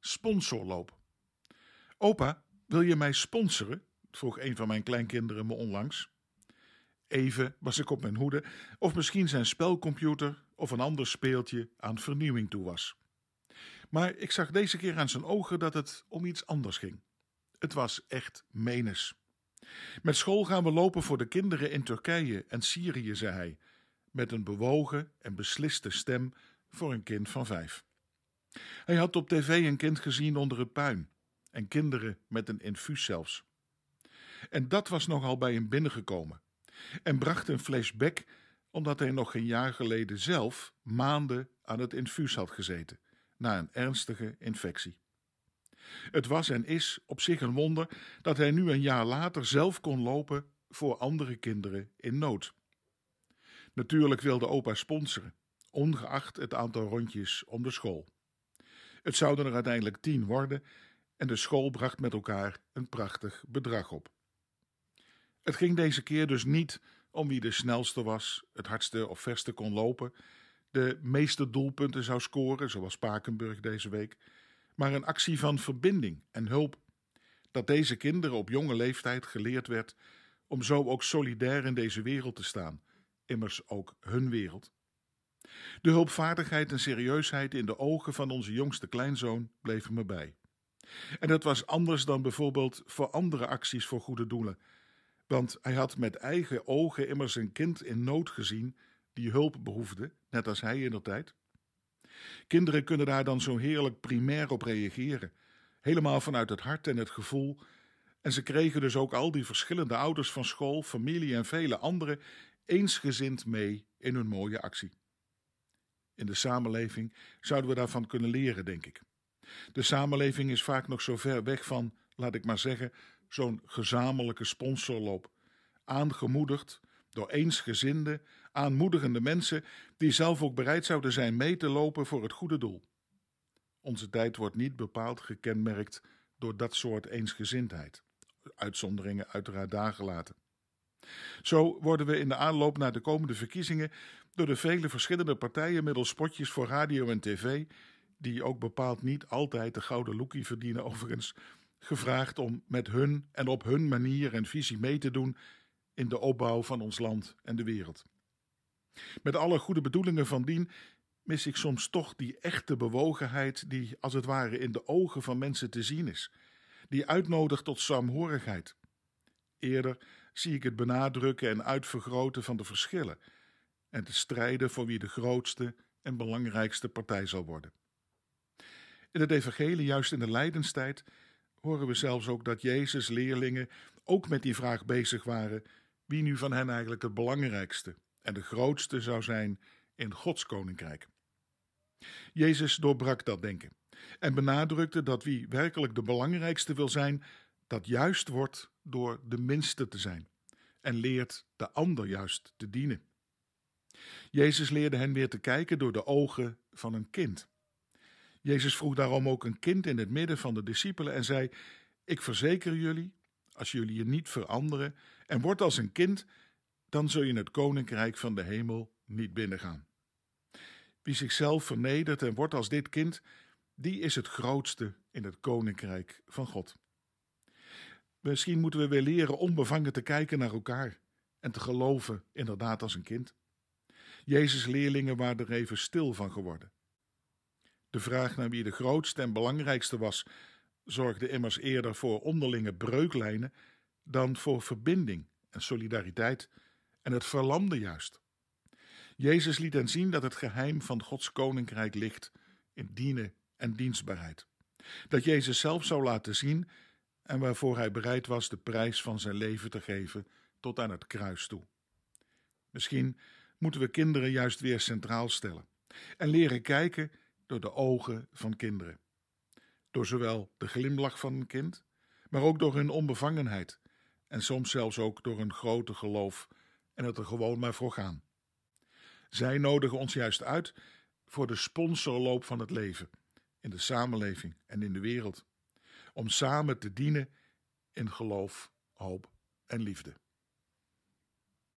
Sponsorloop. Opa, wil je mij sponsoren? Vroeg een van mijn kleinkinderen me onlangs. Even was ik op mijn hoede of misschien zijn spelcomputer of een ander speeltje aan vernieuwing toe was. Maar ik zag deze keer aan zijn ogen dat het om iets anders ging. Het was echt menens. Met school gaan we lopen voor de kinderen in Turkije en Syrië, zei hij, met een bewogen en besliste stem voor een kind van 5. Hij had op tv een kind gezien onder het puin en kinderen met een infuus zelfs. En dat was nogal bij hem binnengekomen en bracht een flashback omdat hij nog geen jaar geleden zelf maanden aan het infuus had gezeten na een ernstige infectie. Het was en is op zich een wonder dat hij nu een jaar later zelf kon lopen voor andere kinderen in nood. Natuurlijk wilde opa sponsoren, ongeacht het aantal rondjes om de school. Het zouden er uiteindelijk 10 worden en de school bracht met elkaar een prachtig bedrag op. Het ging deze keer dus niet om wie de snelste was, het hardste of verste kon lopen, de meeste doelpunten zou scoren, zoals Spakenburg deze week, maar een actie van verbinding en hulp, dat deze kinderen op jonge leeftijd geleerd werd om zo ook solidair in deze wereld te staan, immers ook hun wereld. De hulpvaardigheid en serieusheid in de ogen van onze jongste kleinzoon bleven me bij. En dat was anders dan bijvoorbeeld voor andere acties voor goede doelen, want hij had met eigen ogen immers een kind in nood gezien die hulp behoefde, net als hij indertijd. Kinderen kunnen daar dan zo heerlijk primair op reageren, helemaal vanuit het hart en het gevoel, en ze kregen dus ook al die verschillende ouders van school, familie en vele anderen eensgezind mee in hun mooie actie. In de samenleving zouden we daarvan kunnen leren, denk ik. De samenleving is vaak nog zo ver weg van, laat ik maar zeggen, zo'n gezamenlijke sponsorloop, aangemoedigd door eensgezinde, aanmoedigende mensen die zelf ook bereid zouden zijn mee te lopen voor het goede doel. Onze tijd wordt niet bepaald gekenmerkt door dat soort eensgezindheid. Uitzonderingen uiteraard daargelaten. Zo worden we in de aanloop naar de komende verkiezingen door de vele verschillende partijen middels spotjes voor radio en tv, die ook bepaald niet altijd de gouden loekie verdienen overigens, gevraagd om met hun en op hun manier en visie mee te doen in de opbouw van ons land en de wereld. Met alle goede bedoelingen van dien mis ik soms toch die echte bewogenheid die als het ware in de ogen van mensen te zien is, die uitnodigt tot saamhorigheid. Eerder zie ik het benadrukken en uitvergroten van de verschillen en te strijden voor wie de grootste en belangrijkste partij zal worden. In het evangelie, juist in de lijdenstijd, horen we zelfs ook dat Jezus' leerlingen ook met die vraag bezig waren wie nu van hen eigenlijk het belangrijkste en de grootste zou zijn in Gods koninkrijk. Jezus doorbrak dat denken en benadrukte dat wie werkelijk de belangrijkste wil zijn, dat juist wordt door de minste te zijn en leert de ander juist te dienen. Jezus leerde hen weer te kijken door de ogen van een kind. Jezus vroeg daarom ook een kind in het midden van de discipelen en zei: ik verzeker jullie, als jullie je niet veranderen en wordt als een kind, dan zul je het koninkrijk van de hemel niet binnengaan. Wie zichzelf vernedert en wordt als dit kind, die is het grootste in het koninkrijk van God. Misschien moeten we weer leren onbevangen te kijken naar elkaar en te geloven inderdaad als een kind. Jezus' leerlingen waren er even stil van geworden. De vraag naar wie de grootste en belangrijkste was, zorgde immers eerder voor onderlinge breuklijnen dan voor verbinding en solidariteit, en het verlamde juist. Jezus liet hen zien dat het geheim van Gods koninkrijk ligt in dienen en dienstbaarheid. Dat Jezus zelf zou laten zien en waarvoor hij bereid was de prijs van zijn leven te geven tot aan het kruis toe. Misschien moeten we kinderen juist weer centraal stellen en leren kijken door de ogen van kinderen. Door zowel de glimlach van een kind, maar ook door hun onbevangenheid en soms zelfs ook door hun grote geloof en het er gewoon maar voor gaan. Zij nodigen ons juist uit voor de sponsorloop van het leven, in de samenleving en in de wereld, om samen te dienen in geloof, hoop en liefde.